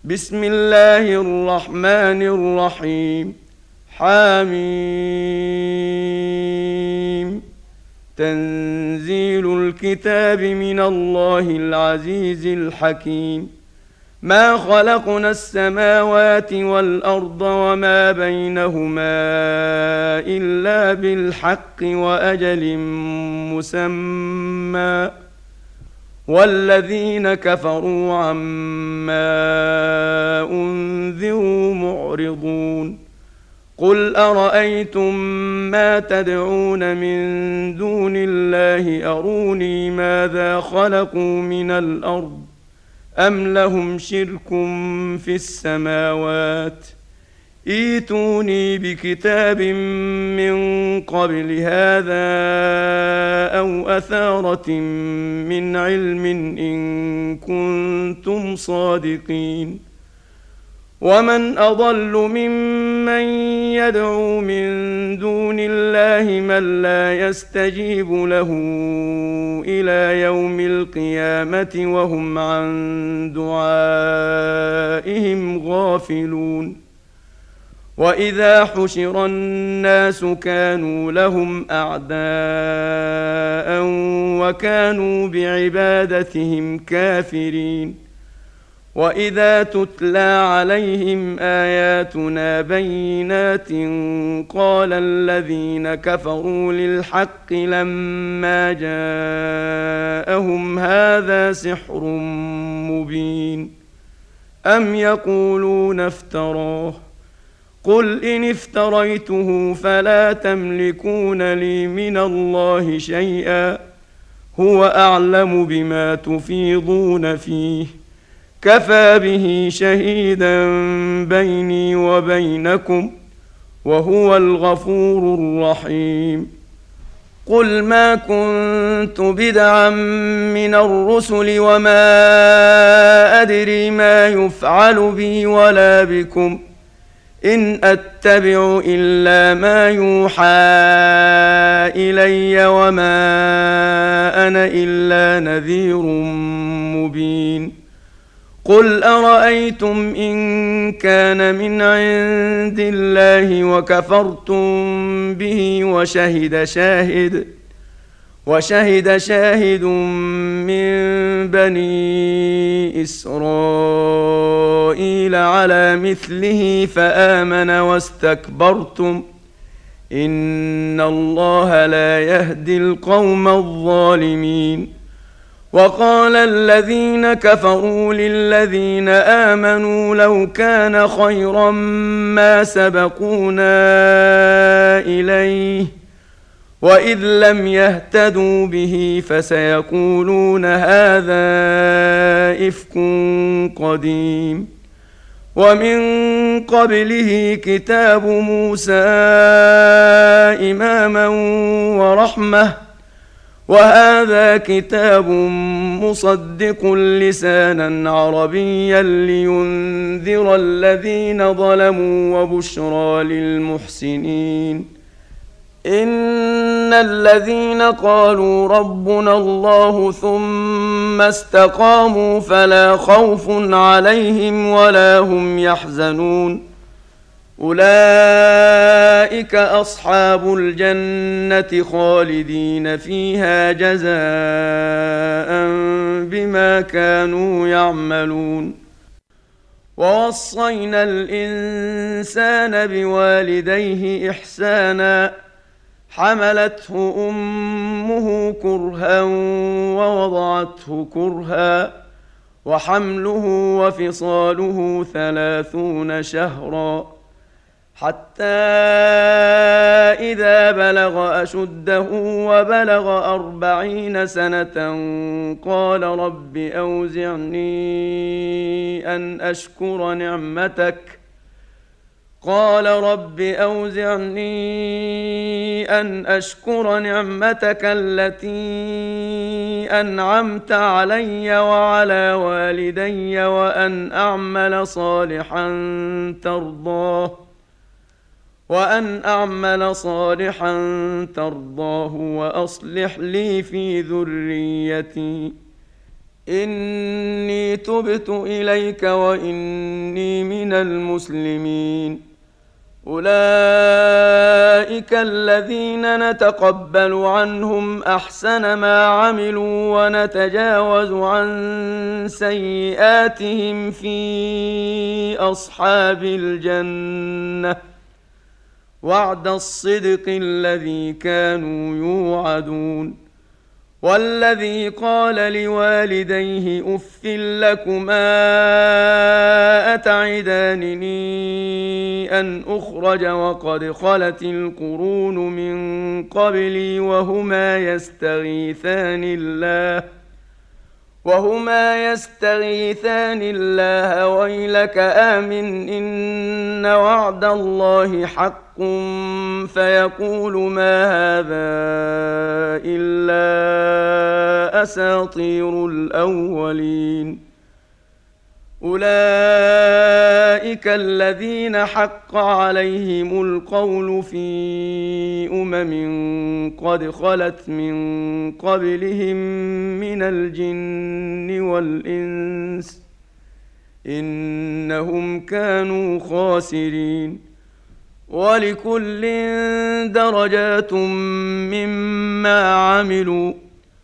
بسم الله الرحمن الرحيم. حميم. تنزيل الكتاب من الله العزيز الحكيم. ما خلقنا السماوات والأرض وما بينهما إلا بالحق وأجل مسمى، والذين كفروا عما أنذروا معرضون. قل أرأيتم ما تدعون من دون الله أروني ماذا خلقوا من الأرض أم لهم شرك في السماوات، ائتوني بكتاب من قبل هذا أو أثارة من علم إن كنتم صادقين. ومن أضل ممن يدعو من دون الله من لا يستجيب له إلى يوم القيامة وهم عن دعائهم غافلون. وإذا حشر الناس كانوا لهم أعداء وكانوا بعبادتهم كافرين. وإذا تتلى عليهم آياتنا بينات قال الذين كفروا للحق لما جاءهم هذا سحر مبين أم يقولون افتراه، قل إن افتريته فلا تملكون لي من الله شيئا، هو أعلم بما تفيضون فيه، كفى به شهيدا بيني وبينكم وهو الغفور الرحيم. قل ما كنت بدعا من الرسل وما أدري ما يفعل بي ولا بكم، إن أتبع إلا ما يوحى إلي وما أنا إلا نذير مبين. قل أرأيتم إن كان من عند الله وكفرتم به وشهد شاهد من بني إسرائيل على مثله فآمن واستكبرتم، إن الله لا يهدي القوم الظالمين. وقال الذين كفروا للذين آمنوا لو كان خيرا ما سبقونا إليه، وإذ لم يهتدوا به فسيقولون هذا إفك قديم. ومن قبله كتاب موسى إماما ورحمة، وهذا كتاب مصدق لسانا عربيا لينذر الذين ظلموا وبشرى للمحسنين. إن الذين قالوا ربنا الله ثم استقاموا فلا خوف عليهم ولا هم يحزنون، أولئك أصحاب الجنة خالدين فيها جزاء بما كانوا يعملون. ووصينا الإنسان بوالديه إحسانا، حملته أمه كرها ووضعته كرها، وحمله وفصاله 30 شهرا، حتى إذا بلغ أشده وبلغ 40 سنة قال رب أوزعني أن أشكر نعمتك التي أنعمت علي وعلى والدي وأن أعمل صالحا ترضاه وأصلح لي في ذريتي إني تبت إليك وإني من المسلمين. أولئك الذين نتقبل عنهم أحسن ما عملوا ونتجاوز عن سيئاتهم في أصحاب الجنة، وعد الصدق الذي كانوا يوعدون. والذي قال لوالديه أف لكما أتعدانني أن أخرج وقد خلت القرون من قبلي وهما يستغيثان الله ويلك آمن إن وعد الله حق فيقول ما هذا إلا أساطير الأولين. أولئك الذين حق عليهم القول في قد خلت من قبلهم من الجن والإنس إنهم كانوا خاسرين. ولكل درجات مما عملوا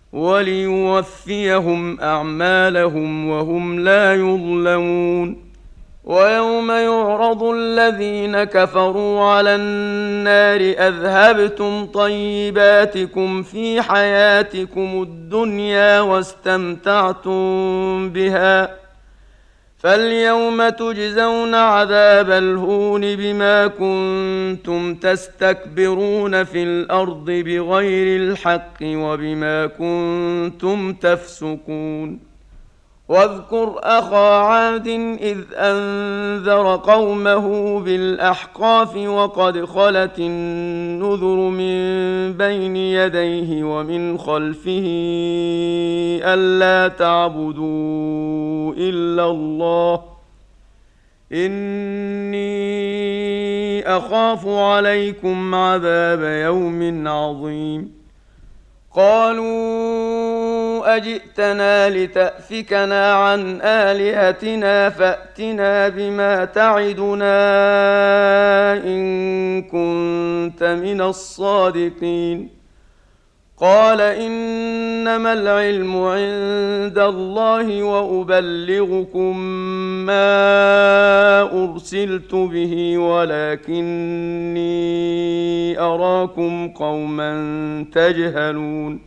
وليوفيهم أعمالهم وهم لا يظلمون. ويوم يعرض الذين كفروا على النار أذهبتم طيباتكم في حياتكم الدنيا واستمتعتم بها فاليوم تجزون عذاب الهون بما كنتم تستكبرون في الأرض بغير الحق وبما كنتم تفسقون. واذكر أخا عاد إذ أنذر قومه بالأحقاف وقد خلت النذر من بين يديه ومن خلفه ألا تعبدوا إلا الله إني أخاف عليكم عذاب يوم عظيم. قالوا أجئتنا لتأفكنا عن آلهتنا فأتنا بما تعدنا إن كنت من الصادقين. قال إنما العلم عند الله وأبلغكم ما أرسلت به ولكني أراكم قوما تجهلون.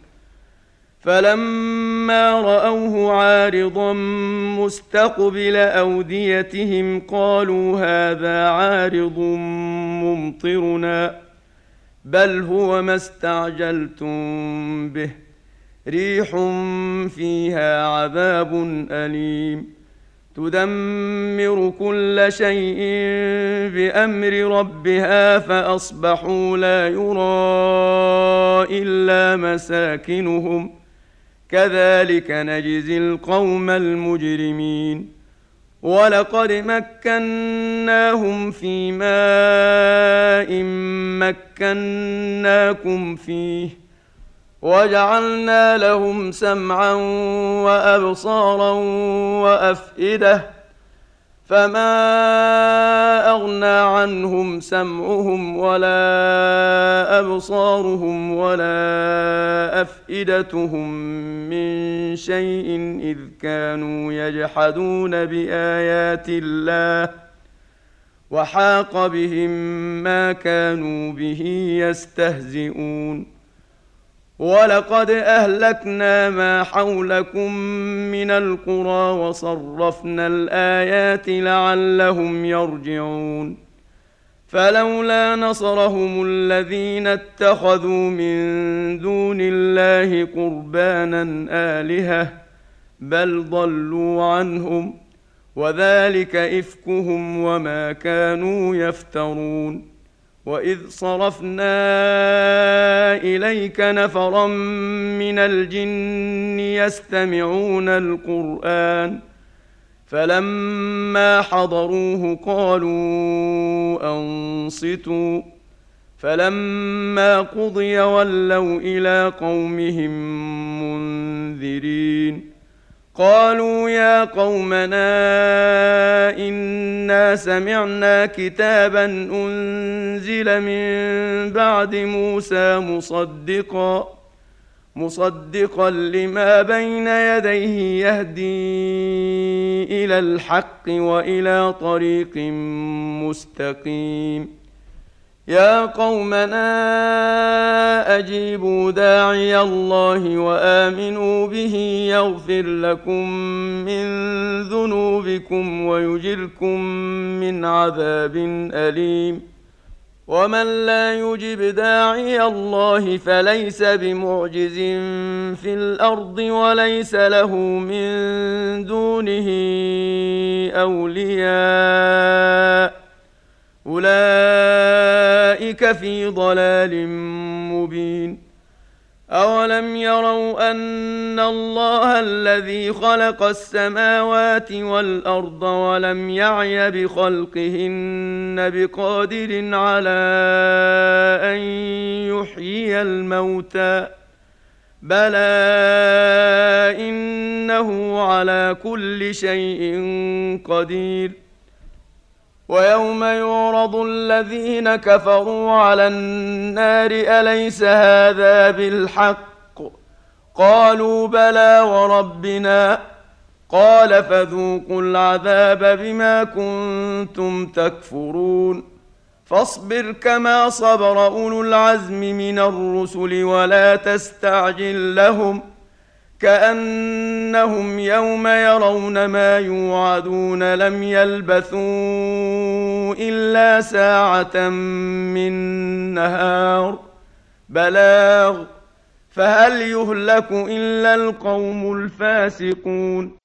فلما رأوه عارضا مستقبل أوديتهم قالوا هذا عارض ممطرنا بل هو ما استعجلتم به ريح فيها عذاب أليم تدمر كل شيء بأمر ربها فأصبحوا لا يرى إلا مساكنهم كذلك نجزي القوم المجرمين. ولقد مكناهم في ماء مكناكم فيه وجعلنا لهم سمعا وأبصارا وأفئدة فما أغنى عنهم سمعهم ولا أبصارهم ولا أفئدتهم من شيء إذ كانوا يجحدون بآيات الله وحاق بهم ما كانوا به يستهزئون. ولقد أهلكنا ما حولكم من القرى وصرفنا الآيات لعلهم يرجعون. فلولا نصرهم الذين اتخذوا من دون الله قربانا آلهة بل ضلوا عنهم وذلك إفكهم وما كانوا يفترون. وإذ صرفنا إليك نفرا من الجن يستمعون القرآن فلما حضروه قالوا أنصتوا فلما قضي ولوا إلى قومهم منذرين. قالوا يا قومنا إنا سمعنا كتابا أنزل من بعد موسى مصدقا لما بين يديه يهدي إلى الحق وإلى طريق مستقيم يا قومنا أجيبوا داعي الله وآمنوا به يغفر لكم من ذنوبكم ويجركم من عذاب أليم ومن لا يجب داعي الله فليس بمعجز في الأرض وليس له من دونه أولياء أولئك في ضلال مبين أولم يروا أن الله الذي خلق السماوات والأرض ولم يعي بخلقهن بقادر على أن يحيي الموتى بلى إنه على كل شيء قدير ويوم يعرض الذين كفروا على النار أليس هذا بالحق قالوا بلى وربنا قال فذوقوا العذاب بما كنتم تكفرون فاصبر كما صبر أولو العزم من الرسل ولا تستعجل لهم كأنهم يوم يرون ما يوعدون لم يلبثوا إلا ساعة من نهار بلاغ فهل يهلك إلا القوم الفاسقون